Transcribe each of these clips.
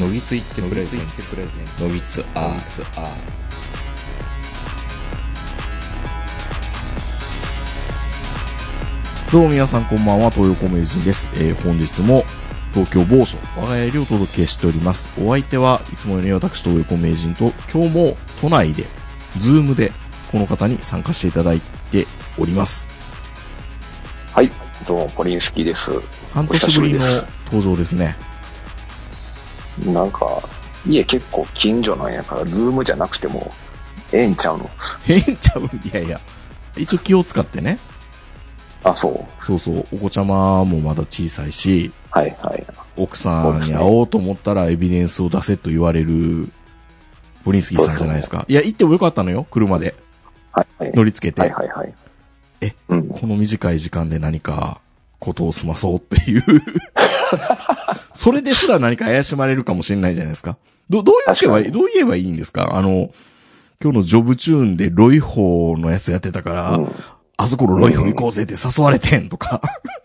のぎついってプレゼンツのぎつアーどうも皆さんこんばんは、東横名人です。本日も東京某所我が家よりお届けしております。お相手はいつもより私東横名人と、今日も都内でズームでこの方に参加していただいております。 はい、どうもポリンスキーです。 半年ぶりの登場ですね。 なんか家結構近所なんやからズームじゃなくてもええんちゃうの？ ええんちゃう？いやいや、一応気を使ってね。 あ、そう。 そうそう、お子ちゃまもまだ小さいし、 はいはい。 奥さんに会おうと思ったらエビデンスを出せと言われるポリンスキーさんじゃないですか。いや、行ってもよかったのよ、車で。 はいはい。 乗り付けて。 はいはいはい。 この短い時間で何かことを済まそうっていう。それですら何か怪しまれるかもしれないじゃないですか。どう言えばいいんですか？今日のジョブチューンでロイホーのやつやってたから、あそこのロイホー行こうぜって誘われてんとか。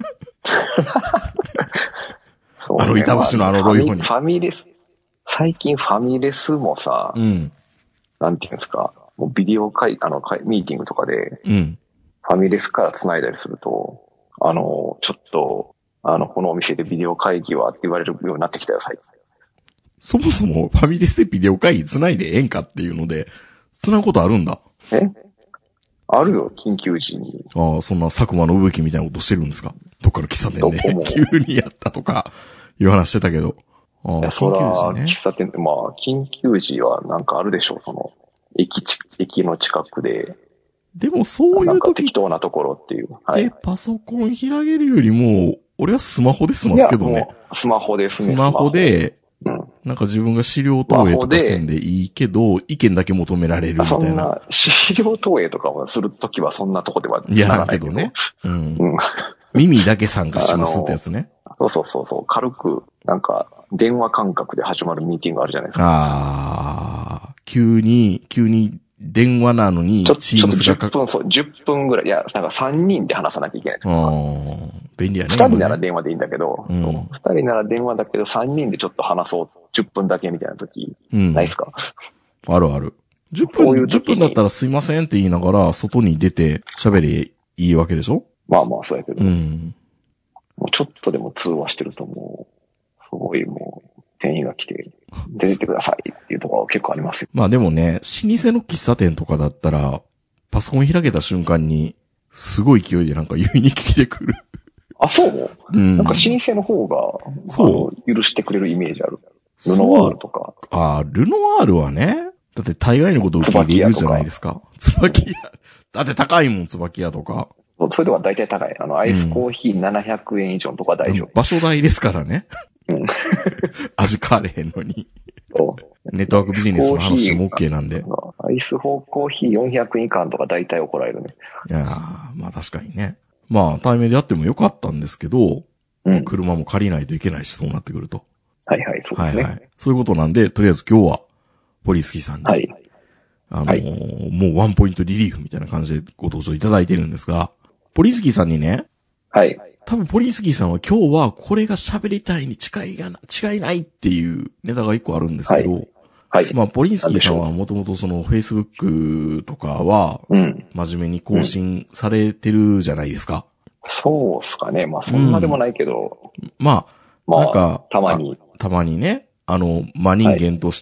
そうね、 板橋のロイホーに。 ファミレス、最近ファミレスもさ、なんていうんですか、もうビデオミーティングとかで、ファミレスから繋いだりすると、ちょっと、このお店でビデオ会議はって言われるようになってきたよ、最近。 そもそもファミレスでビデオ会議繋いでええんかっていうので、繋ぐことあるんだ。 あるよ、緊急時に。 ああ、そんな佐久間信之みたいなことしてるんですか？どっかの喫茶店で急にやったとか、いう話してたけど。 ああ、緊急時ね。喫茶店で、まあ、緊急時はなんかあるでしょう、その、駅の近くで。 でもそういう時なんか適当なところっていう。 はい。で、パソコン開げるよりも、俺はスマホで済ますけどね。 スマホですね。 スマホで、なんか自分が資料投影とかせんでいいけど、意見だけ求められるみたいな。 そんな、資料投影とかをするときはそんなとこではやらんけどね。耳だけ参加しますってやつね。 そう。軽く、なんか、電話感覚で始まるミーティングあるじゃないですか。 ああ、急に電話なのに、 チームズが10分ぐらい。いや、なんか3人で話さなきゃいけないとか。 便利やね。 2人なら電話でいいんだけど、2人なら電話だけど3人でちょっと話そう、10分だけみたいな時、ないですか？ あるある。10分だったらすいませんって言いながら、外に出て喋りいいわけでしょ？ まあまあ、そうやけど。もうちょっとでも通話してるともう、すごいもう、店員が来て、出てってくださいっていうところが結構ありますよ。 まあでもね、老舗の喫茶店とかだったら、パソコン開けた瞬間に、すごい勢いでなんか言いに来てくる。 あ、そう？なんか老舗の方が、許してくれるイメージある。ルノワールとか。 ルノワールはね、だって大概のこと受け入れるじゃないですか。椿屋。だって高いもん、椿屋とか。 それでは大体高い。アイスコーヒー700円以上のとか大丈夫。 場所代ですからね。味変われへんのに。ネットワークビジネスの話も OK なんで。 アイスコーヒー400円以下のとか大体怒られるね。 いやー、まあ確かにね。まあ対面でやってもよかったんですけど、車も借りないといけないし、そうなってくると。 はいはい、そうですね。はいはい。 そういうことなんで、とりあえず今日は、ポリスキーさんに、もうワンポイントリリーフみたいな感じでご登場いただいてるんですが、ポリスキーさんにね、多分ポリスキーさんは今日はこれが喋りたいに違いないっていうネタが一個あるんですけど、まあポリスキーさんはもともとその Facebook とかは、真面目に更新されてるじゃないですか。 そうっすかね。まあそんなでもないけど。 まあ、なんか、 たまにね、人間として、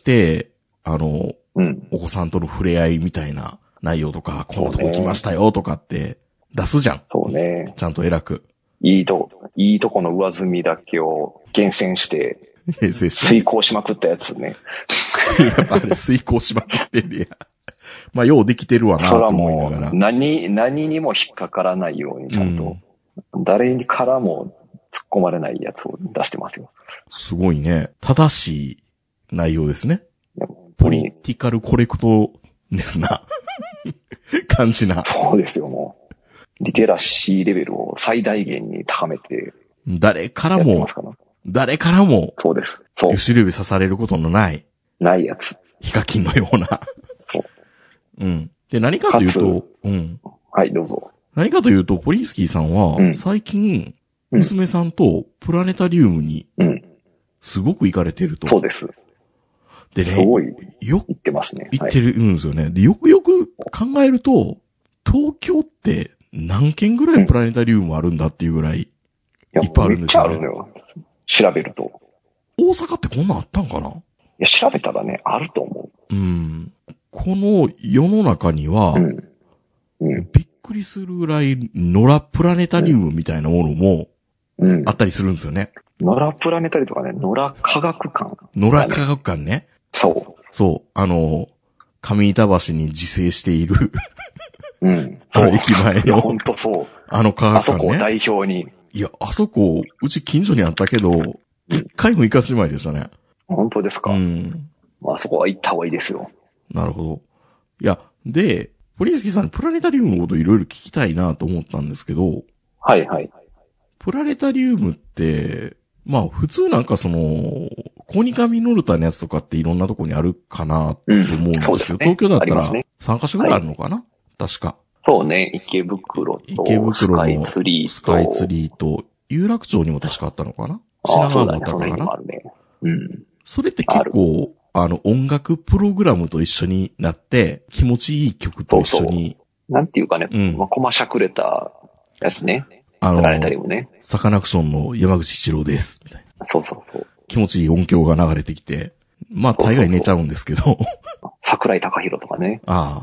お子さんとの触れ合いみたいな内容とか、こんなとこ来ましたよとかって出すじゃん。 そうね。 ちゃんと偉く。 いいとこの上積みだけを厳選して、遂行しまくったやつね。 やっぱあれ遂行しまくってんねや。まあ、ようできてるわなと思いながら。 何にも引っかからないようにちゃんと、誰にからも突っ込まれないやつを出してますよ。 すごいね。正しい内容ですね。ポリティカルコレクトですな。感じな。 そうですよ、もう。リテラシーレベルを最大限に高めて。 誰からも、 そうです。そう。 後ろ指刺されることのない。 ないやつ。 ヒカキンのような。 そう。 で、何かというと、 はい、どうぞ。 何かというと、ポリンスキーさんは、最近、娘さんとプラネタリウムに、 すごく行かれてると。 そうです。 でね、 すごい、行ってますね。 行ってるんですよね。で、よくよく考えると、東京って何軒ぐらいプラネタリウムあるんだっていうぐらい、いっぱいあるんですよね。めっちゃあるのよ。 調べると。 大阪ってこんなんあったんかな？いや、調べたらね、あると思う。この世の中には、びっくりするぐらい、野良プラネタリウムみたいなものも、あったりするんですよね。 野良プラネタリとかね、野良科学館。 野良科学館ね。 そう。 そう。上板橋に自生している駅前の。 いや、ほんとそう。 科学館ね。あそこを代表に。 いや、あそこ、うち近所にあったけど、一回も行かすじまいでしたね。 本当ですか？まあそこは行った方がいいですよ。 なるほど。いや、で、ポリンスキーさんにプラネタリウムのこといろいろ聞きたいなと思ったんですけど。 はいはい。 プラネタリウムって、まあ普通なんかコニカミノルタのやつとかっていろんなとこにあるかなと思うんですよ。東京だったら3カ所ぐらいあるのかな、確か。 そうね、池袋のスカイツリーと、有楽町にも確かあったのかな、品川もあったのかな、それって結構、音楽プログラムと一緒になって、気持ちいい曲と一緒に。 なんていうかね、コマしゃくれたやつね。プラネタリウムね。 サカナクションの山口一郎です。みたいな。 そう。 気持ちいい音響が流れてきて。まあ、大概寝ちゃうんですけど。 桜井貴弘とかね。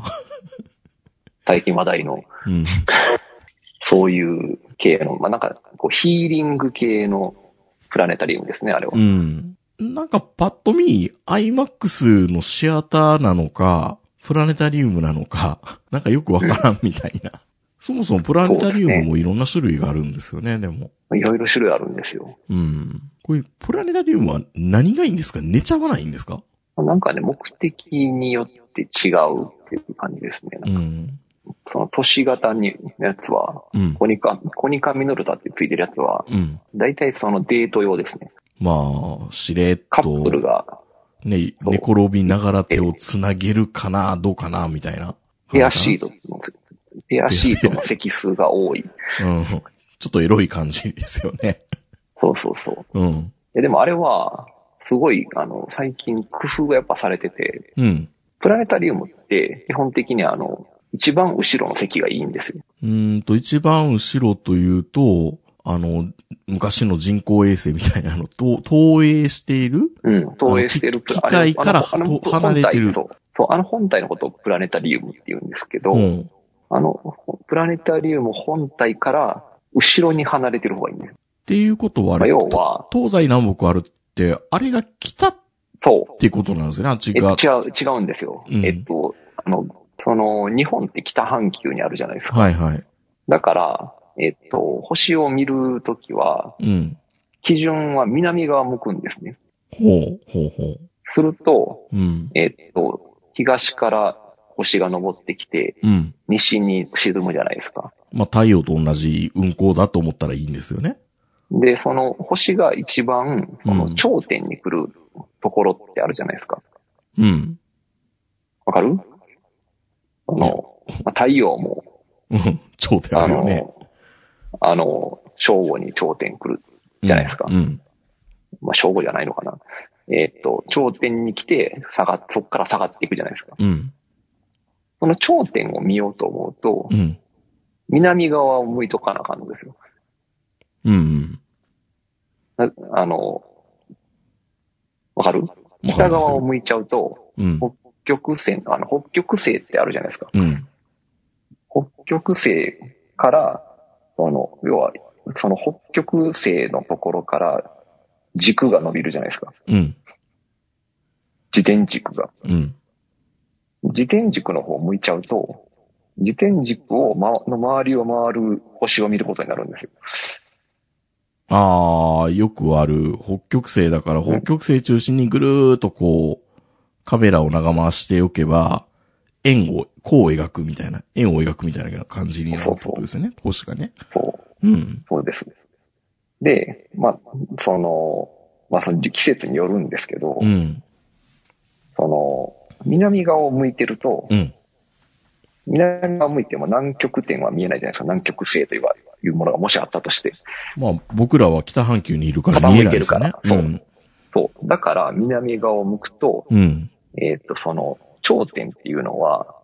最近話題の。そういう系の、まあ、なんか、ヒーリング系のプラネタリウムですね、あれは。 なんか、パッと見、IMAX のシアターなのか、プラネタリウムなのか、なんかよくわからんみたいな。そもそもプラネタリウムもいろんな種類があるんですよね、でも。 いろいろ種類あるんですよ。 これ、プラネタリウムは何がいいんですか？寝ちゃわないんですか？ なんかね、目的によって違うっていう感じですね。その都市型のやつは、コニカミノルタってついてるやつは、だいたいそのデート用ですね。 まあ、しれっと。 カップルが。 ね、寝転びながら手をつなげるかな、どうかな、みたいな。 ペアシートの席数が多い。 ちょっとエロい感じですよね。 そう。でもあれは、すごい、最近工夫がやっぱされてて、プラネタリウムって基本的に一番後ろの席がいいんですよ。 一番後ろというと、昔の人工衛星みたいな投影している？ 投影している機械から離れてる。 そう、本体のことをプラネタリウムって言うんですけど、プラネタリウム本体から後ろに離れてる方がいいんです。 っていうことは、要は、東西南北あるって、あれが北っていうことなんですね、あっちが。 違うんですよ。日本って北半球にあるじゃないですか。 はいはい。 だから、星を見るときは、基準は南側向くんですね。 ほう。 すると、東から星が昇ってきて、西に沈むじゃないですか。 まあ、太陽と同じ運行だと思ったらいいんですよね。 で、その星が一番、頂点に来るところってあるじゃないですか。わかる？太陽も、 頂点あるよね。 正午に頂点来るじゃないですか。まあ、正午じゃないのかな。頂点に来て、そっから下がっていくじゃないですか。その頂点を見ようと思うと、南側を向いとかなあかんのですよ。わかる？北側を向いちゃうと、北極星ってあるじゃないですか。北極星から、要は、その北極星のところから軸が伸びるじゃないですか。自転軸が。自転軸の方を向いちゃうと、自転軸の周りを回る星を見ることになるんですよ。 よくある北極星だから、北極星中心にぐるーっとカメラを長回しておけば、円を描くみたいな感じになるってことですよね。星がね。 そうです。で、その季節によるんですけど、南側を向いてると、南側を向いても南極点は見えないじゃないですか。南極星というものがもしあったとして。 まあ、僕らは北半球にいるから見えないですよね。 そう。 そう。だから南側を向くと、 うん。 その頂点っていうのは、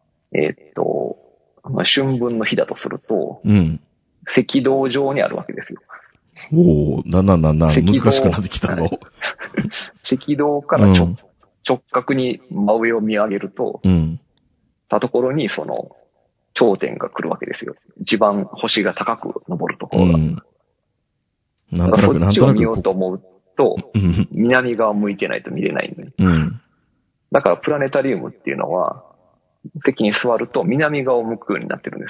春分の日だとすると、 うん。 赤道上にあるわけですよ。 おお、難しくなってきたぞ。 赤道から直角に真上を見上げると、たところにその頂点が来るわけですよ。一番星が高く昇るところが。なんとなくそっちを見ようと思うと、南側向いてないと見れないんで。だからプラネタリウムっていうのは、席に座ると南側を向くようになってるんです。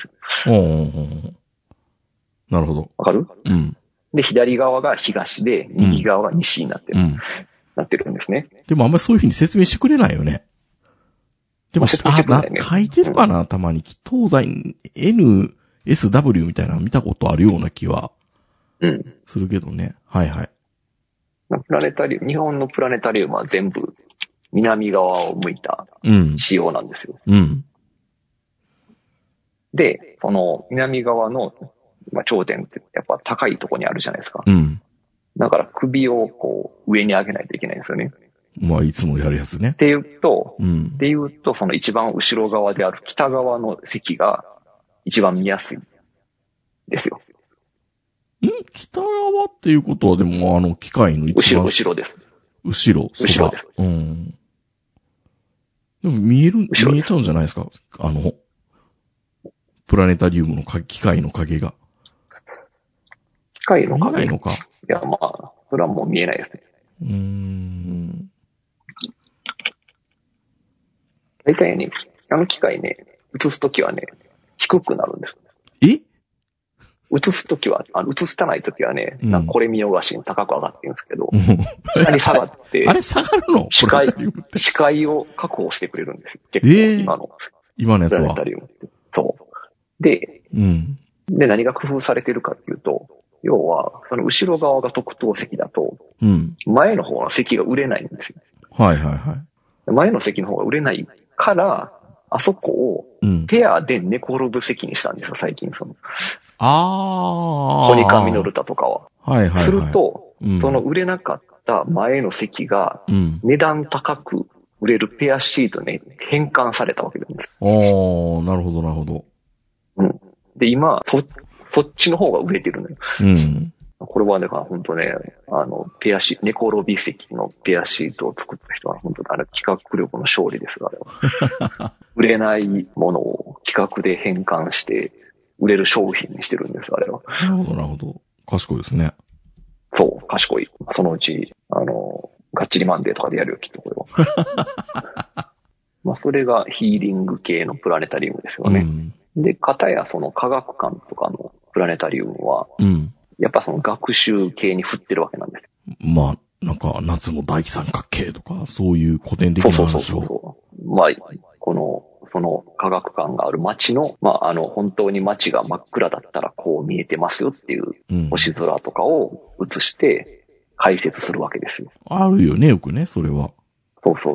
なるほど。 わかる？で、左側が東で、右側が西になってる。なってるんですね。 でもあんまりそういうふうに説明してくれないよね。でも、書いてるかな、たまに。東西 NSW みたいなの見たことあるような気は。するけどね。はいはい。 プラネタリウム、日本のプラネタリウムは全部南側を向いた仕様なんですよ。で、その南側の、頂点ってやっぱ高いところにあるじゃないですか。だから首をこう上に上げないといけないんですよね。 いつもやるやつね。 っていうと、その一番後ろ側である北側の席が一番見やすいですよ。 北側っていうことはでも機械の一番後ろです。 後ろです。でも見えちゃうんじゃないですか？プラネタリウムの機械の影が。 機械の影？ 見えないのか。 いや、それはもう見えないですね。大体ね、機械ね、映すときはね、低くなるんです。映すときは、映したないときはね、これ見よがしに高く上がってるんですけど、下に下がって、 あれ下がるの？ 視界を確保してくれるんですよ。結構今のやつは。 プラネタリウムって。そう。で、何が工夫されてるかっていうと、要は、その後ろ側が特等席だと、前の方の席が売れないんですよ。前の席の方が売れないから、あそこをペアで寝転ぶ席にしたんですよ、最近。コニカミノルタとかは。すると、その売れなかった前の席が、値段高く売れるペアシートに変換されたわけなんです。 なるほど、なるほど。 で、今、そっちの方が売れてるのよ。これはね、本当ね、ペアシート、寝転び席のペアシートを作った人は、本当企画力の勝利ですが、あれは。売れないものを企画で変換して、売れる商品にしてるんです、あれは。 なるほど、なるほど。賢いですね。 そう、賢い。そのうち、がっちりマンデーとかでやるよ、きっとこれは。それがヒーリング系のプラネタリウムですよね。で、片やその科学館とかのプラネタリウムは、やっぱその学習系に振ってるわけなんです。 なんか、夏の大三角形とか、そういう古典的な話を。 そう。その科学館がある街の、本当に街が真っ暗だったらこう見えてますよっていう星空とかを映して解説するわけですよ。 あるよね、よくね、それは。 そう。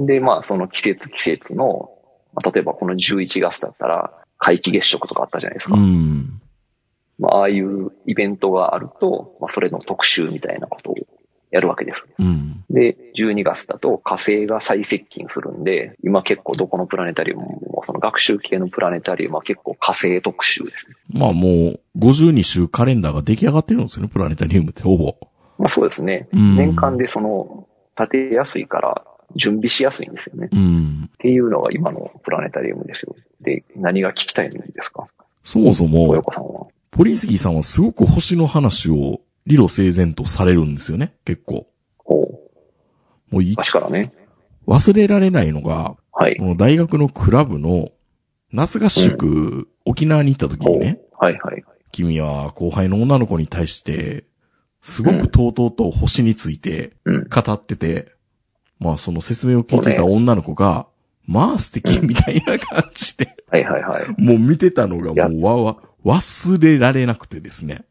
で、その季節の、例えばこの11月だったら皆既月食とかあったじゃないですか。ああいうイベントがあると、それの特集みたいなことをやるわけです。で、12月だと火星が最接近するんで、今結構どこのプラネタリウムも、その学習系のプラネタリウムは結構火星特集です。 もう52週カレンダーが出来上がってるんですよね、プラネタリウムってほぼ。 そうですね。年間で立てやすいから準備しやすいんですよね。っていうのが今のプラネタリウムですよ。で、何が聞きたいんですか？ そもそも、 小横さんは。 ポリスキーさんはすごく星の話を理路整然とされるんですよね、結構。もう昔からね。 忘れられないのが、 この大学のクラブの夏合宿、沖縄に行った時にね、君は後輩の女の子に対して、すごくとうとうと星について語ってて、その説明を聞いてた女の子が、素敵みたいな感じで、もう見てたのがもう忘れられなくてですね。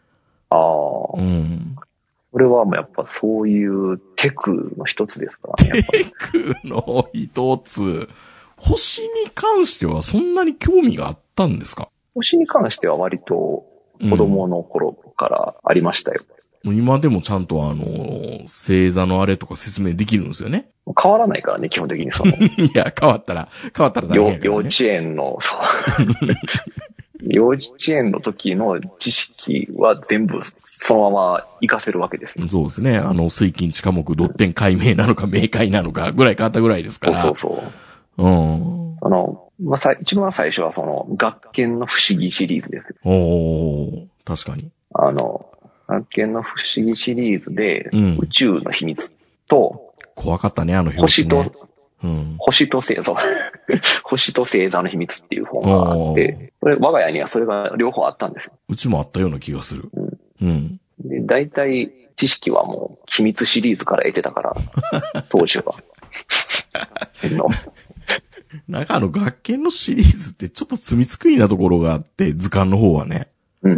これはもうやっぱそういうテクの一つですからね。 テクの一つ。星に関してはそんなに興味があったんですか？ 星に関しては割と子供の頃からありましたよ。 今でもちゃんと星座のあれとか説明できるんですよね。 変わらないからね、基本的にいや、変わったら大変やからね。 幼稚園の、そう。幼稚園の時の知識は全部そのまま活かせるわけですよ。 そうですね。水金地科目ドッテン解明なのか明解なのかぐらい変わったぐらいですから。 そう。うん。一番最初は学研の不思議シリーズです。 確かに。 学研の不思議シリーズで、宇宙の秘密と、 怖かったね、表紙ね。 星と星座の秘密っていう本があって、我が家にはそれが両方あったんですよ。 うちもあったような気がする。 で、大体知識はもう秘密シリーズから得てたから、当時は。 なんか学研のシリーズってちょっと罪作りなところがあって、図鑑の方はね。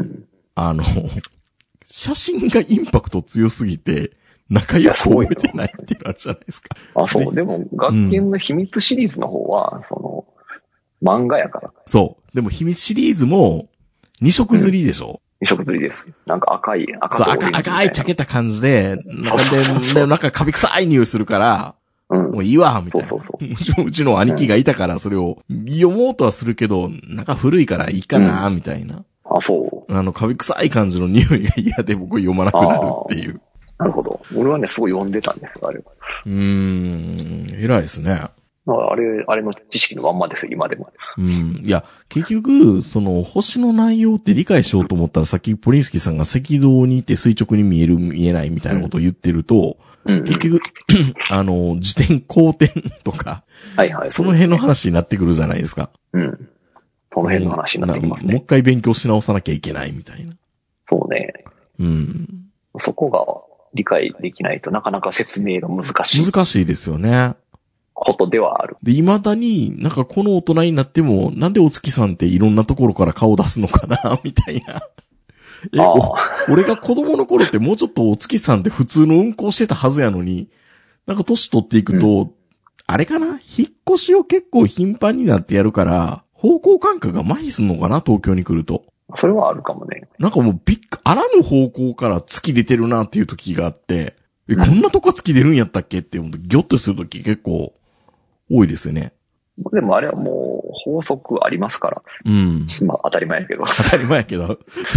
写真がインパクト強すぎて、仲良く覚えてないっていうのあるじゃないですか。 そう。でも、学研の秘密シリーズの方は、漫画やから。 そう。でも秘密シリーズも、二色釣りでしょ？ 二色釣りです。なんか赤い茶けた感じで、なんかカビ臭い匂いするから、もういいわ、みたいな。うちの兄貴がいたから、それを読もうとはするけど、なんか古いからいいかな、みたいな。 そう。 カビ臭い感じの匂いが嫌で僕読まなくなるっていう。 なるほど。俺はね、すごい読んでたんですよ、あれは。 偉いですね。 あれの知識のまんまですよ、今でも。 いや、結局、星の内容って理解しようと思ったら、さっきポリンスキーさんが赤道にいて垂直に見える見えないみたいなことを言ってると、結局、自転公転とか、その辺の話になってくるじゃないですか。 その辺の話になってきますね。 もう一回勉強し直さなきゃいけないみたいな。 そうね。そこが理解できないとなかなか説明が難しい。 難しいですよね。 ことではある。 で、未だになんかこの大人になっても、なんでお月さんっていろんなところから顔出すのかなみたいな。俺が子供の頃ってもうちょっとお月さんって普通の運行してたはずやのに、なんか年取っていくと、あれかな引っ越しを結構頻繁になってやるから、方向感覚が麻痺すんのかな東京に来ると。 それはあるかもね。 なんかもうあらぬ方向から月出てるなっていう時があって、こんなとこ月出るんやったっけって思ってギョッとする時結構多いですよね。 でもあれはもう法則ありますから。まあ当たり前やけど。 当たり前やけど。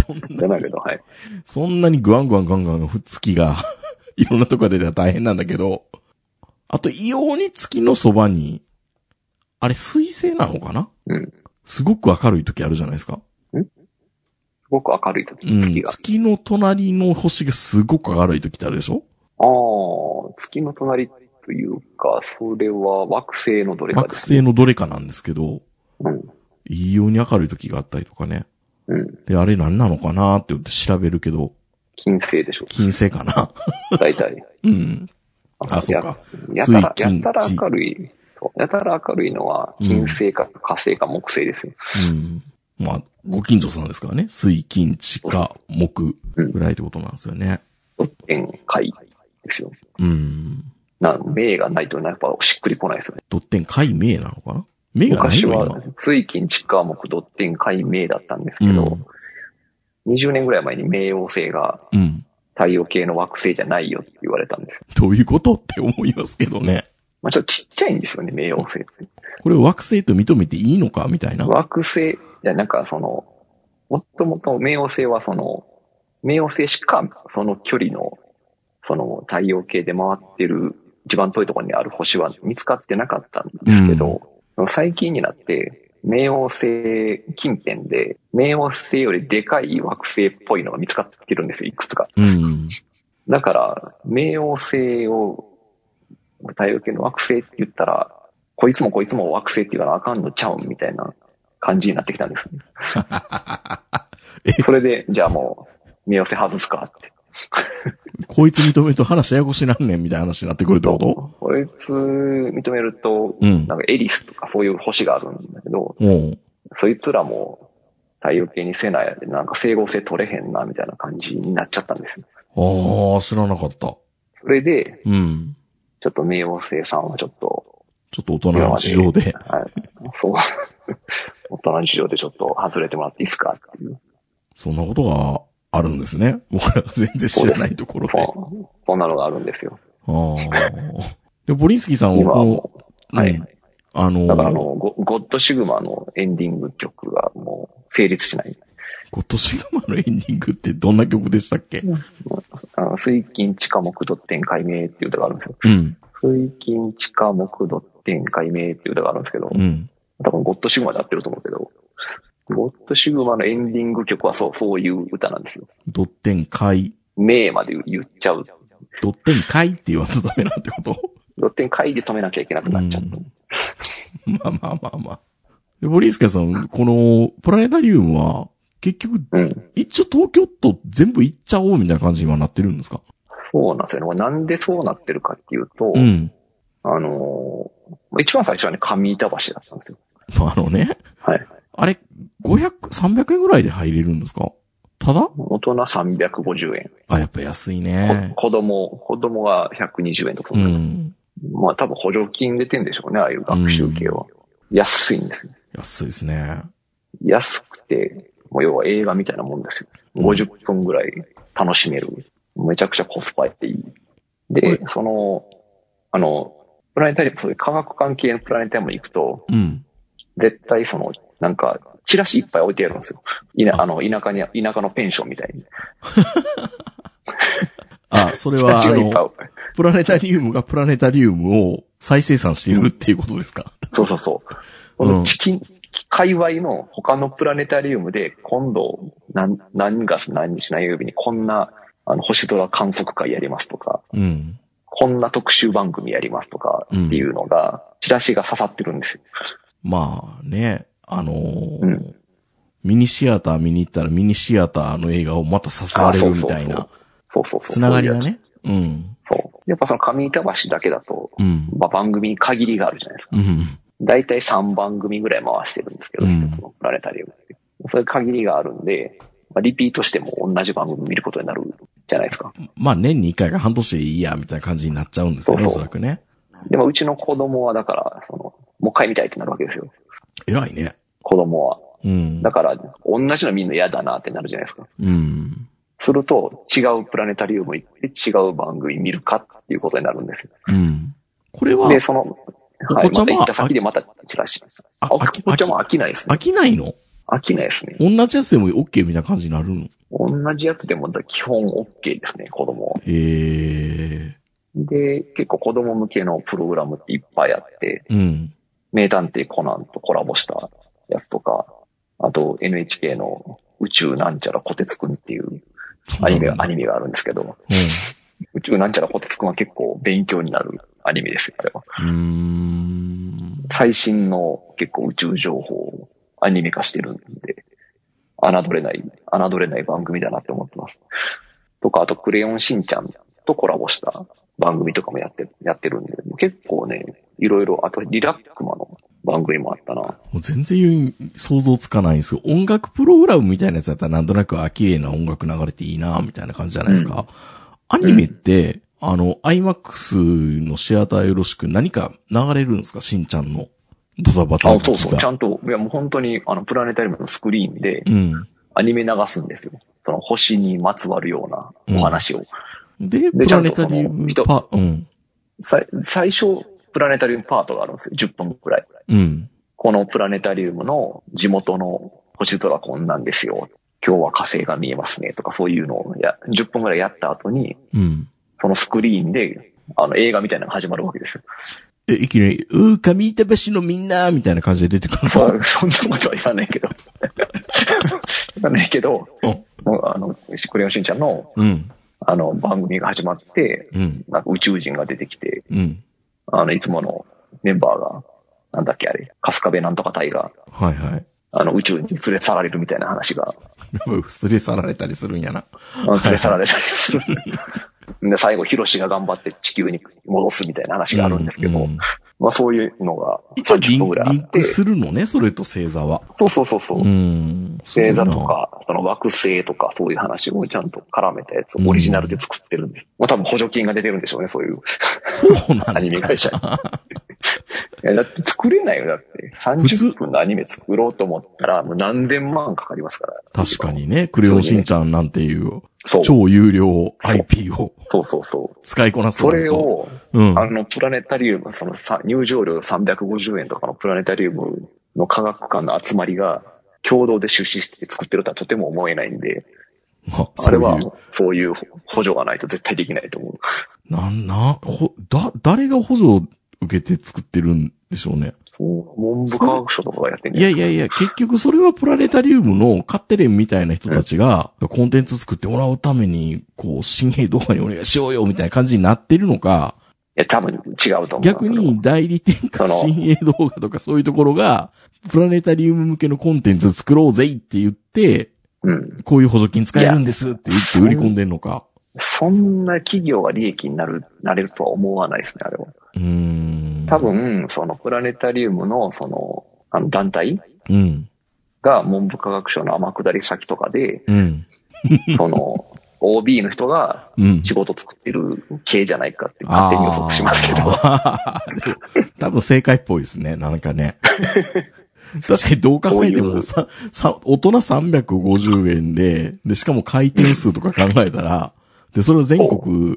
そんなにグワン月がいろんなとこで出たら大変なんだけど。あと異様に月のそばに、あれ水星なのかな？すごく明るい時あるじゃないですか。 すごく明るい時、月が。 月の隣の星がすごく明るい時ってあるでしょ？ 月の隣というか、それは惑星のどれかですね。惑星のどれかなんですけど、異様に明るい時があったりとかね。で、あれ何なのかなって言って調べるけど。 金星でしょ。 金星かな。 大体。 そうか。 やたら明るい。やたら明るいのは、金星か火星か木星ですよ。 まあ、ご近所さんですからね。水金地火木ぐらいってことなんですよね。 ドッテン海ですよ。明がないとやっぱしっくりこないですよね。 ドッテン海明なのかな？明がないの？ 昔は水金地火木ドッテン海明だったんですけど、20年ぐらい前に冥王星が、太陽系の惑星じゃないよって言われたんですよ。 どういうことって思いますけどね。 まあちょっとちっちゃいんですよね、冥王星って。 これ惑星と認めていいのかみたいな。 惑星、なんかもともと冥王星は冥王星しかその距離の、太陽系で回ってる一番遠いところにある星は見つかってなかったんですけど、最近になって、冥王星近辺で、冥王星よりでかい惑星っぽいのが見つかってるんですよ、いくつか。だから、冥王星を太陽系の惑星って言ったら、こいつも惑星って言うからあかんのちゃうんみたいな感じになってきたんです、ね。それで、じゃあもう、冥王星外すかって。 こいつ認めると話ややこしなんねんみたいな話になってくるってこと？ こいつ認めると、なんかエリスとかそういう星があるんだけど、そいつらも太陽系にせないでなんか整合性取れへんなみたいな感じになっちゃったんですよ。 知らなかった。 それで、ちょっと冥王星さんはちょっと大人の事情で。 そう。大人の事情でちょっと外れてもらっていいですかっていう。 そんなことがあるんですね。僕らが全然知らないところで。 そんなのがあるんですよ。 で、ポリンスキーさんははい。だからゴッドシグマのエンディング曲がもう成立しない。 ゴッドシグマのエンディングってどんな曲でしたっけ？ 水金地下木土天解明っていう歌があるんですよ。水金地下木土天解明っていう歌があるんですけど、多分ゴッドシグマで合ってると思うけど、ゴッドシグマのエンディング曲はそういう歌なんですよ。 ドッテン解明まで言っちゃう。 ドッテン解って言わんとダメなんてこと？ ドッテン解で止めなきゃいけなくなっちゃった。 まあ。で、ポリスケさん、このプラネタリウムは結局、一応東京都全部行っちゃおうみたいな感じに今なってるんですか？ そうなんですよね。なんでそうなってるかっていうと、一番最初はね、上板橋だったんですよ。 はい。あれ、300円ぐらいで入れるんですか？ただ？ 大人350円。 やっぱ安いね。 子供が120円とか。まあ多分補助金出てんでしょうね、ああいう学習系は。安いんですよ。 安いですね。 安くて、もう要は映画みたいなもんですよ。50分ぐらい楽しめる。めちゃくちゃコスパいい。で、プラネタリウム、そういう科学関係のプラネタリウムに行くと、絶対なんか、チラシいっぱい置いてあるんですよ。田舎のペンションみたいに。 それは、プラネタリウムがプラネタリウムを再生産しているっていうことですか？ そう。この界隈の他のプラネタリウムで今度何月何日何曜日にこんな星空観測会やりますとか、こんな特集番組やりますとかっていうのが、チラシが刺さってるんですよ。 まあね、ミニシアター見に行ったらミニシアターの映画をまた誘われるみたいな。つながりがね。 やっぱ上板橋だけだと、番組に限りがあるじゃないですか。だいたい3番組ぐらい回してるんですけど、一つのプラネタリウムって。そういう限りがあるんで、リピートしても同じ番組見ることになるじゃないですか。 まあ年に1回が半年でいいや、みたいな感じになっちゃうんですよね、おそらくね。 でもうちの子供はだから、もう一回見たいってなるわけですよ。 偉いね。 子供は。だから、同じの見るの嫌だなってなるじゃないですか。すると、違うプラネタリウム行って違う番組見るかっていうことになるんですよ。 これは、 で、また行った先でまたチラシ。お子ちゃんも飽きないですね。 飽きないの？ 飽きないですね。 同じやつでも OK みたいな感じになるの？ 同じやつでも基本 OK ですね、子供は。で、結構子供向けのプログラムっていっぱいあって、名探偵コナンとコラボしたやつとか、あと NHK の宇宙なんちゃらこてつくんっていうアニメがあるんですけど、宇宙なんちゃらこてつくんは結構勉強になるアニメですよ、あれは。最新の結構宇宙情報をアニメ化してるんで、侮れない番組だなって思ってます。とか、あとクレヨンしんちゃんとコラボした番組とかもやってるんで、結構ね、いろいろ、あとリラックマの番組もあったな。もう全然想像つかないんですよ。音楽プログラムみたいなやつだったらなんとなく綺麗な音楽流れていいなみたいな感じじゃないですか。アニメって、IMAX のシアターよろしく何か流れるんですか？しんちゃんのドタバタの時が。 そう。ちゃんと、いやもう本当にプラネタリウムのスクリーンで、アニメ流すんですよ。その星にまつわるようなお話を。 で、プラネタリウム最初、プラネタリウムパートがあるんですよ。10分くらい。このプラネタリウムの地元の星空こんなんですよ。今日は火星が見えますねとかそういうのを10分くらいやった後に、そのスクリーンで映画みたいなのが始まるわけですよ。 いきなり、上板橋のみんなみたいな感じで出てくるの？そんなことは言わないけど。クレヨンしんちゃんの、番組が始まって、なんか宇宙人が出てきて、いつものメンバーが、なんだっけあれ、春日部なんとか隊が、宇宙に連れ去られるみたいな話が。 連れ去られたりするんやな。 連れ去られたりする。で、最後、ヒロシが頑張って地球に戻すみたいな話があるんですけど、まあそういうのが30分ぐらいあって。 リンクするのね、それと星座は。 そう。星座とか、その惑星とかそういう話をちゃんと絡めたやつをオリジナルで作ってるんで。まあ多分補助金が出てるんでしょうね、そういう。 そうなんだ。 アニメ会社に。 いや、だって作れないよ、だって。30分のアニメ作ろうと思ったら、もう何千万かかりますから。 確かにね、クレヨンしんちゃんなんていう、超有料 IP を。 そう。 使いこなすと。 それを、プラネタリウム、入場料350円とかのプラネタリウムの科学館の集まりが、共同で出資して作ってるとはとても思えないんで、あれは、そういう補助がないと絶対できないと思う。 誰が補助を受けて作ってるんでしょうね。 文部科学省とかがやってんね。 いや、結局それはプラネタリウムのカッテレンみたいな人たちが、コンテンツ作ってもらうために、新鋭動画にお願いしようよみたいな感じになってるのか。 いや、多分違うと思う。 逆に代理店か新鋭動画とかそういうところが、プラネタリウム向けのコンテンツ作ろうぜって言って、こういう補助金使えるんですって言って売り込んでんのか。 そんな企業が利益になれるとは思わないですね、あれは。多分、プラネタリウムの、団体が文部科学省の天下り先とかで、OB の人が仕事作ってる系じゃないかって勝手に予測しますけど。 多分正解っぽいですね、なんかね。確かにどう考えても大人350円で、しかも回転数とか考えたら、で、それを全国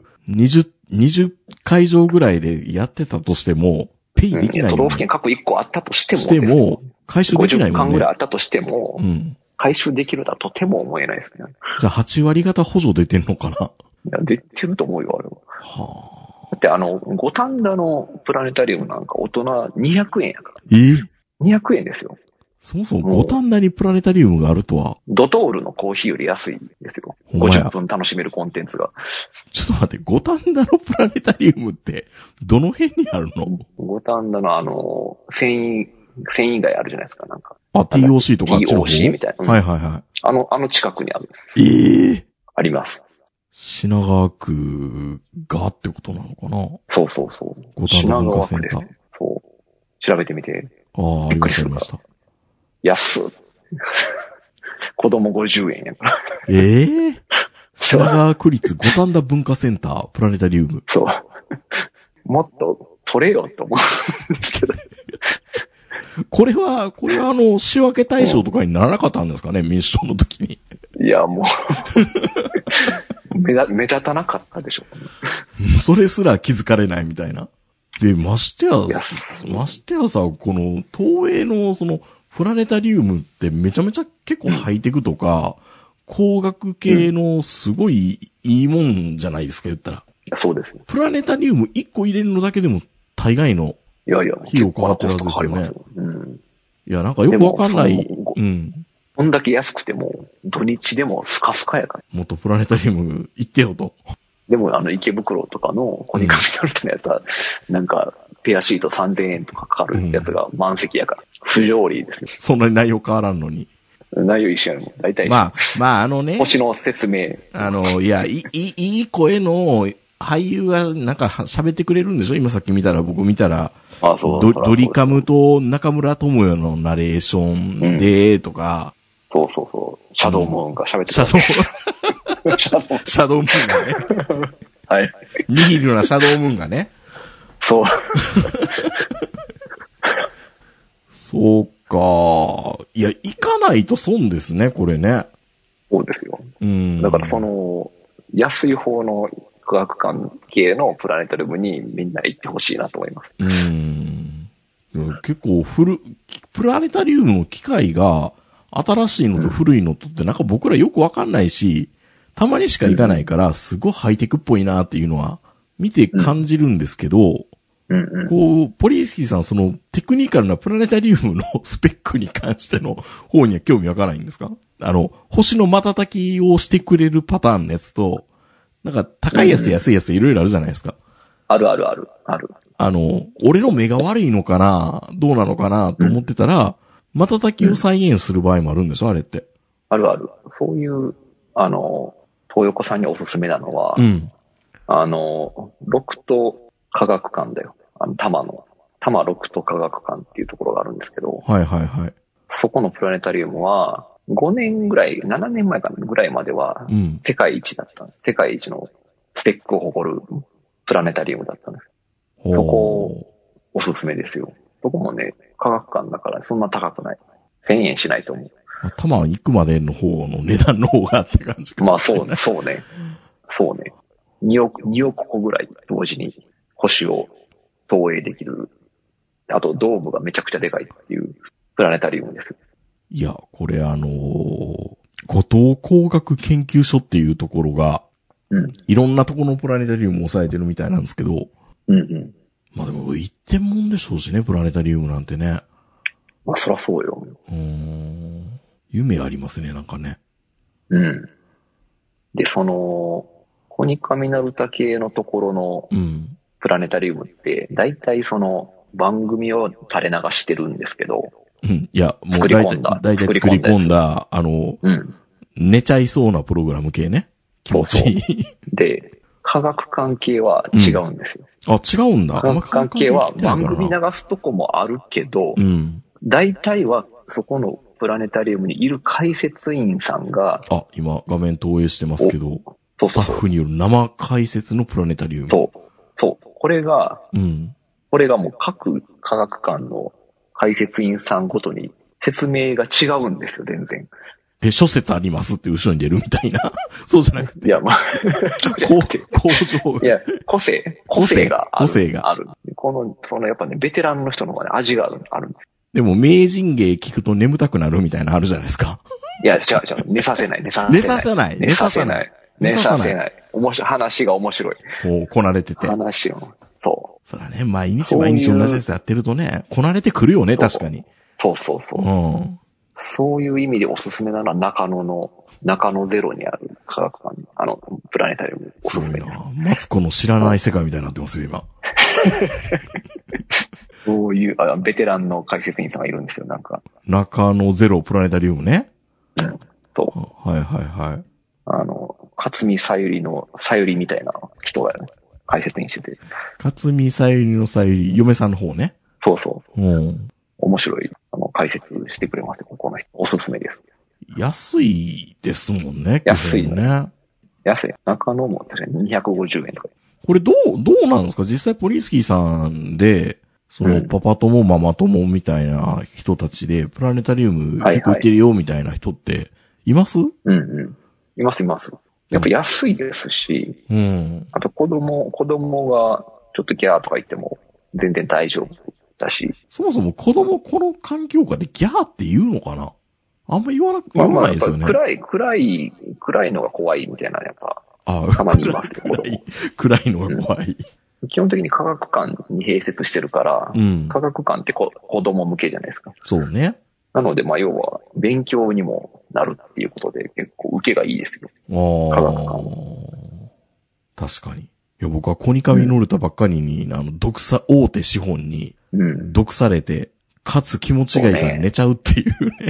20会場ぐらいでやってたとしても、ペイできないよ、ね。 都道府県各1個あったとしても、 回収できないもんね。 50巻ぐらいあったとしても、回収できるとはとても思えないですね。 じゃあ8割方補助出てんのかな？いや、出てると思うよ、あれは。だって五反田のプラネタリウムなんか大人200円やから。200円ですよ。 そもそも五反田にプラネタリウムがあるとは。 ドトールのコーヒーより安いですよ。50分楽しめるコンテンツが。 ちょっと待って、五反田のプラネタリウムって、どの辺にあるの？ 五反田の繊維街あるじゃないですか、なんか。 TOC とかあっちの方 TOC みたいな。 はいはいはい。 あの近くにある。あります。 品川区がってことなのかな？ そう。 五反田文化センター。 そう。調べてみて。 びっくりしました。 安っ。子供50円やから。 品川区立五反田文化センター、プラネタリウム。 そう。もっと取れよと思うんですけど。 これは仕分け対象とかにならなかったんですかね、民主党の時に。 いや、もう目立たなかったでしょ。 それすら気づかれないみたいな。で、ましてやさ、この、東映のプラネタリウムってめちゃめちゃ結構ハイテクとか、工学系のすごいいいもんじゃないですか、言ったら。 そうです。 プラネタリウム1個入れるのだけでも大概の費用かかってるはずですよね。いや、なんかよくわかんない。 こんだけ安くても、土日でもスカスカやから。 もっとプラネタリウム行ってよと。 でも池袋とかのコニカミナルトのやつは、なんか、ペアシート3000円とかかかるやつが満席やから。不条理ですね。 そんなに内容変わらんのに。 内容一緒やもん。大体。 まあ星の説明。 いや、いい声の俳優がなんか喋ってくれるんでしょ？今さっき僕見たら。ドリカムと中村智也のナレーションで、とか。 そう。シャドウムーンが喋ってくれる。 シャドウムーンがね。 はい。 ニヒルなシャドウムーンがね。 そう。 そうか。いや、行かないと損ですね、これね。 そうですよ。だから安い方の科学館系のプラネタリウムにみんな行ってほしいなと思います。 結構プラネタリウムの機械が新しいのと古いのとってなんか僕らよくわかんないし、たまにしか行かないからすごいハイテクっぽいなっていうのは見て感じるんですけど、ポリースキーさんテクニカルなプラネタリウムのスペックに関しての方には興味わからないんですか？星の瞬きをしてくれるパターンのやつと、なんか高いやつ安いやついろいろあるじゃないですか。 ある。 俺の目が悪いのかなどうなのかなと思ってたら、瞬きを再現する場合もあるんでしょあれって。 ある。そういう、東横さんにおすすめなのは、六都科学館だよ。多摩六都科学館っていうところがあるんですけど。 はい。 そこのプラネタリウムは、5年ぐらい、7年前かなぐらいまでは、世界一だったんです。世界一のスペックを誇るプラネタリウムだったんです。そこ、おすすめですよ。 科学館だからそんな高くない。1000円しないと思う。 多摩行くまでの方の値段の方がって感じか。 まあそうね。2億個ぐらい同時に星を投影できる。あとドームがめちゃくちゃでかいっていうプラネタリウムです。 いや、これ後藤工学研究所っていうところが、いろんなところのプラネタリウムを抑えてるみたいなんですけど、まあでも一点もんでしょうしね、プラネタリウムなんてね。 まあそらそうよ。 夢ありますね、なんかね。 で、コニカミノルタ系のところのプラネタリウムって、大体番組を垂れ流してるんですけど、 いや、もう大体作り込んだ、寝ちゃいそうなプログラム系ね。気持ちいい。 で、科学関係は違うんですよ。 違うんだ。 科学関係は番組流すとこもあるけど、大体はそこのプラネタリウムにいる解説員さんが、 今画面投影してますけど、スタッフによる生解説のプラネタリウム。 そう。これがもう各科学館の解説員さんごとに説明が違うんですよ、全然。 諸説ありますって後ろに出るみたいな。そうじゃなくて。 いや、まあ、 工場。 いや、個性がある。やっぱね、ベテランの人の方がね、味がある。 でも、名人芸聞くと眠たくなるみたいなのあるじゃないですか。 いや、違う。寝させない。 面白い。話が面白い。 こなれてて。 話を。そう。 そらね、毎日同じやつやってるとね、こなれてくるよね、確かに。 そう。そういう意味でおすすめなのは中野ゼロにある科学館、プラネタリウムおすすめです。 マツコの知らない世界みたいになってますよ、今。 そういう、ベテランの解説員さんがいるんですよ、なんか。 中野ゼロプラネタリウムね。 そう。 はい。 勝見さゆりのさゆりみたいな人が、ね、解説員してて。 勝見さゆりのさゆり、嫁さんの方ね。 そう。面白い、解説してくれますよ、この人。おすすめです。 安いですもんね。 安いね。安い。中野も確かに250円とか。 これどうなんですか？実際ポリスキーさんで、パパ友ママ友みたいな人たちで、プラネタリウム結構行ってるよみたいな人っています？ います。やっぱ安いですし、あと子供がちょっとギャーとか言っても全然大丈夫だし。 そもそも子供この環境下でギャーって言うのかな？あんま言わないですよね。 暗いのが怖いみたいな、やっぱ。たまにいますけど。 暗いのが怖い。 基本的に科学館に併設してるから、科学館って子供向けじゃないですか。 そうね。 なので、要は、勉強にもなるっていうことで、結構受けがいいですよ。科学館は。 確かに。いや、僕はコニカミノルタばっかりに、大手資本に、毒されて、かつ気持ちがいいから寝ちゃうっていうね。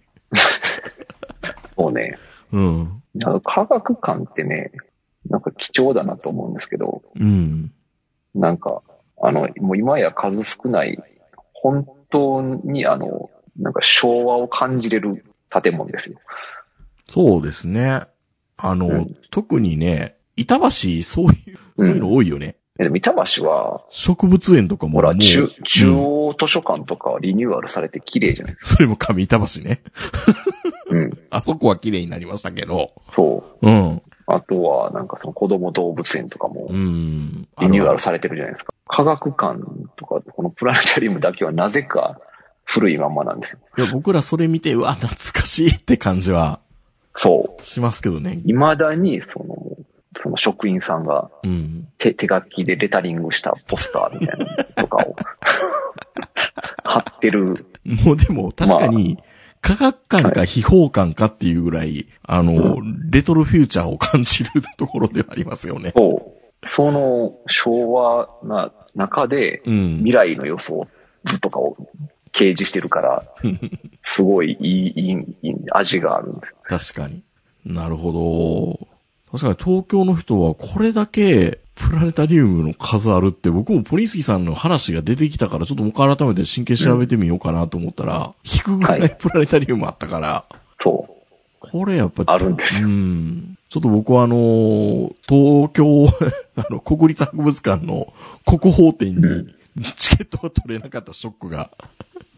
そうね。科学館ってね、なんか貴重だなと思うんですけど、なんか、もう今や数少ない、本当になんか昭和を感じれる建物ですよ。 そうですね。特にね、板橋、そういうの多いよね。 板橋は、 植物園とかも。 ほら、中央図書館とかリニューアルされて綺麗じゃないですか。 それも上板橋ね。あそこは綺麗になりましたけど。 そう。あとは、なんか子供動物園とかも、リニューアルされてるじゃないですか。科学館とか、このプラネタリウムだけはなぜか古いまんまなんですよ。 いや、僕らそれ見て、懐かしいって感じは、しますけどね。 未だに、その職員さんが、手書きでレタリングしたポスターみたいなのとかを、貼ってる。 もうでも、確かに、科学館か秘宝館かっていうぐらい、レトロフューチャーを感じるところではありますよね。 その昭和な中で、未来の予想図とかを掲示してるから、すごいいい味があるんです。 確かに。なるほど。確かに東京の人はこれだけプラネタリウムの数あるって僕もポリンスキーさんの話が出てきたからちょっともう一回改めて真剣調べてみようかなと思ったら、引くぐらいプラネタリウムあったから。 そう。 これやっぱあるんですよ。 ちょっと僕は東京、国立博物館の国宝展にチケットが取れなかったショックが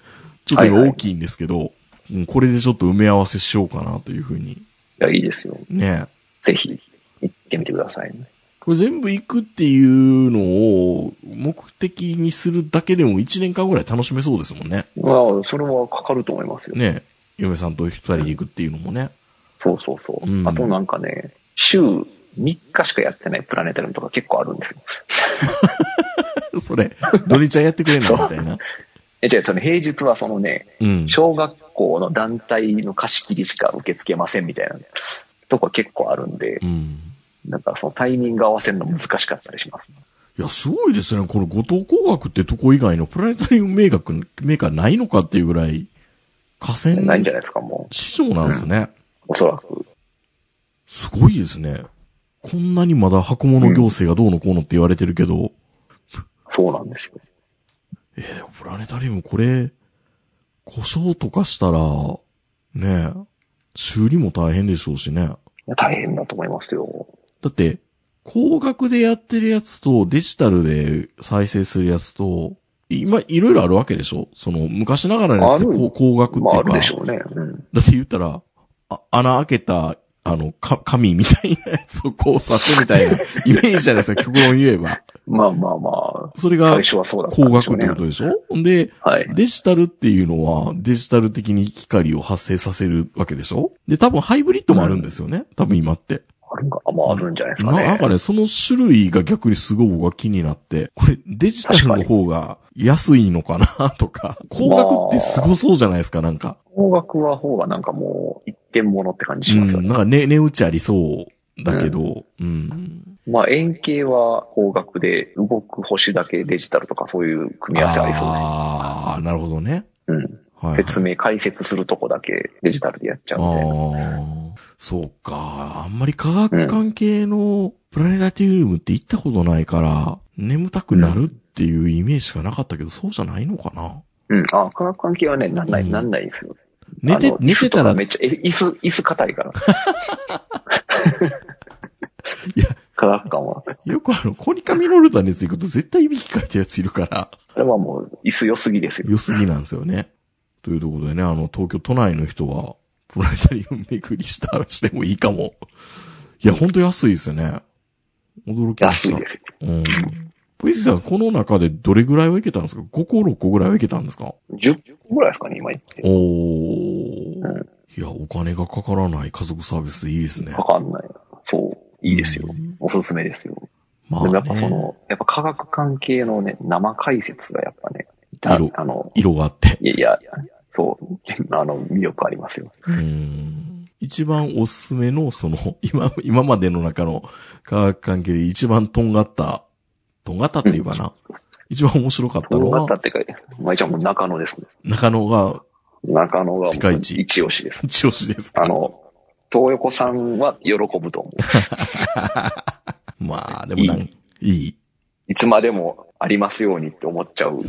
ちょっと大きいんですけど、これでちょっと埋め合わせしようかなというふうに。いや、いいですよ。 ね。 ぜひ、行ってみてくださいね。 これ全部行くっていうのを目的にするだけでも1年間ぐらい楽しめそうですもんね。 まあ、それはかかると思いますよ。 ね。嫁さんと2人で行くっていうのもね。 そうそうそう。あとなんかね、週3日しかやってないプラネタリウムとか結構あるんですよ。それ、土日はやってくれんのみたいな。 違う、その平日はそのね、小学校の団体の貸し切りしか受け付けませんみたいなとこ結構あるんで、なんかそのタイミング合わせるの難しかったりします。 いや、すごいですね。この後藤工学ってとこ以外のプラネタリウムメーカーないのかっていうぐらい、河川ないんじゃないですか、もう。 市場なんですね。 おそらく。 すごいですね。こんなにまだ箱物行政がどうのこうのって言われてるけど。 そうなんですよ。 でもプラネタリウムこれ、故障とかしたら、ねえ、修理も大変でしょうしね。 いや、大変だと思いますよ。 だって、光学でやってるやつとデジタルで再生するやつと、今、いろいろあるわけでしょ？その、昔ながらのやつで光学っていうか。 あるでしょうね。 だって言ったら、穴開けた、紙みたいなやつをこう刺すみたいなイメージじゃないですか、極論言えば。 まあまあまあ。 それが、 最初はそうだった光学ってことでしょ？で、デジタルっていうのは、デジタル的に光を発生させるわけでしょ？で、多分ハイブリッドもあるんですよね。多分今って。 あるんか、まああるんじゃないですかね。 なんかね、その種類が逆にすごい僕は気になって、これデジタルの方が安いのかなとか、光学ってすごそうじゃないですか、なんか。 光学は方がなんかもう一点物って感じしますよね。 なんか値打ちありそうだけど、 まあ円形は光学で動く星だけデジタルとかそういう組み合わせありそうです。 ああ、なるほどね。 解説するとこだけデジタルでやっちゃうみたいな。 そうか。あんまり科学関係のプラネタリウムって行ったことないから、眠たくなるっていうイメージしかなかったけど、そうじゃないのかな。 科学関係はね、なんないですよ。 寝てたら。 めっちゃ、椅子硬いから。 いや、 科学館は。 よくコニカミノルタのやつ行くと絶対いびきかいたやついるから。 あれはもう、椅子良すぎですよ。 良すぎなんですよね。というところでね、東京都内の人は、プラネタリウム巡りしてもいいかも。いや、ほんと安いですよね。驚きました。 安いですよ。 ポイズさん、この中でどれぐらいはいけたんですか？ 5 個、6個ぐらいはいけたんですか？ 10個ぐらいですかね、今言って。 いや、お金がかからない家族サービスでいいですね。 かかんない。そう、いいですよ。おすすめですよ。まあ、ね、でもやっぱ科学関係のね、生解説がやっぱね、 色があって。 いや、そう、魅力ありますよ。 一番おすすめの、今までの中の科学関係で一番とんがったっていうかな。一番面白かったのは。 とんがったってか、まあ一応もう中野ですね。 中野がピカイチ。一押しです。 一押しですか。 東横さんは喜ぶと思う。 まあ、でもいい。 いつまでもありますようにって思っちゃう。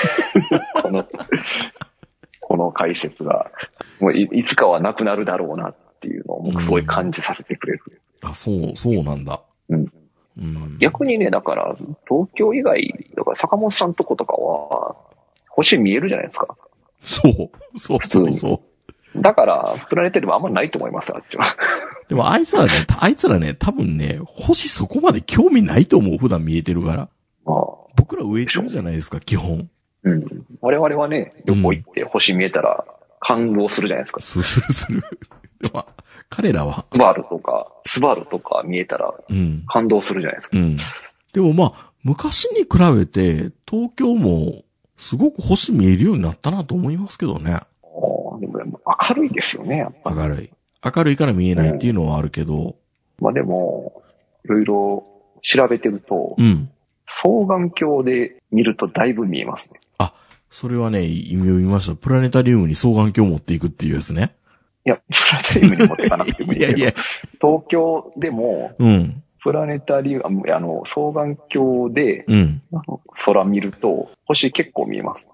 この解説が、もういつかはなくなるだろうなっていうのを僕すごい感じさせてくれる。 そうなんだ。 逆にね、だから、東京以外、だから坂本さんとことかは、星見えるじゃないですか。 そう。普通に。 だから、プラネタリウムあんまないと思います、あっちは。 でもあいつらね、多分ね、星そこまで興味ないと思う、普段見えてるから。僕ら植えてるじゃないですか、基本。 我々はね、旅行行って星見えたら感動するじゃないですか。 する。でも、彼らは。 スバルとか見えたら感動するじゃないですか。 でもまあ、昔に比べて、東京もすごく星見えるようになったなと思いますけどね。 でも明るいですよね、やっぱり。 明るいから見えないっていうのはあるけど。 まあでも、いろいろ調べてると、双眼鏡で見るとだいぶ見えますね。 それはね、意味を見ました。プラネタリウムに双眼鏡を持っていくっていうやつね。 いや、プラネタリウムに持っていかなくてもいいけど。 いや。 東京でも、プラネタリウム、双眼鏡で、空見ると、星結構見えます。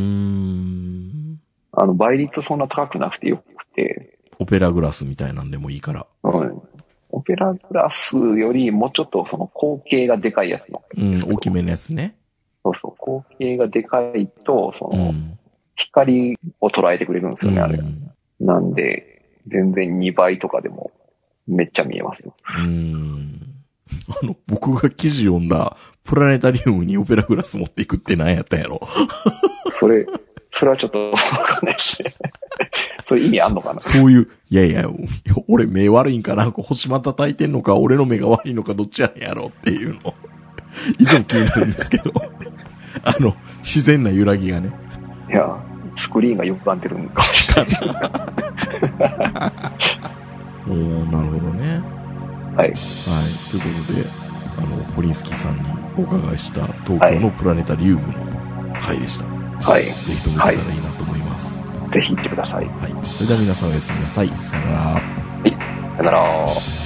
倍率そんな高くなくてよくて。 オペラグラスみたいなんでもいいから。 オペラグラスよりもうちょっとその口径がでかいやつの。 大きめのやつね。 そう、口径がでかいと、 光を捉えてくれるんですよね、あれ。なんで、全然2倍とかでもめっちゃ見えますよ。 僕が記事読んだプラネタリウムにオペラグラス持っていくって何やったんやろ。 それはちょっとわかんないですね。それ意味あんのかな。 そういう、いや、俺目悪いんかな、星ま叩いてんのか、俺の目が悪いのか、どっちやねんやろっていうの。いつも気になるんですけど。自然な揺らぎがね。 いや、スクリーンが歪んでるんかもしれない。なるほどね。 はい。はい。 ということで、ポリンスキーさんにお伺いした東京のプラネタリウムの回でした。はい。ぜひとも行けたらいいなと思います。 ぜひ行ってください。 はい。それでは皆さんおやすみなさい。さよなら。 はい。さよなら。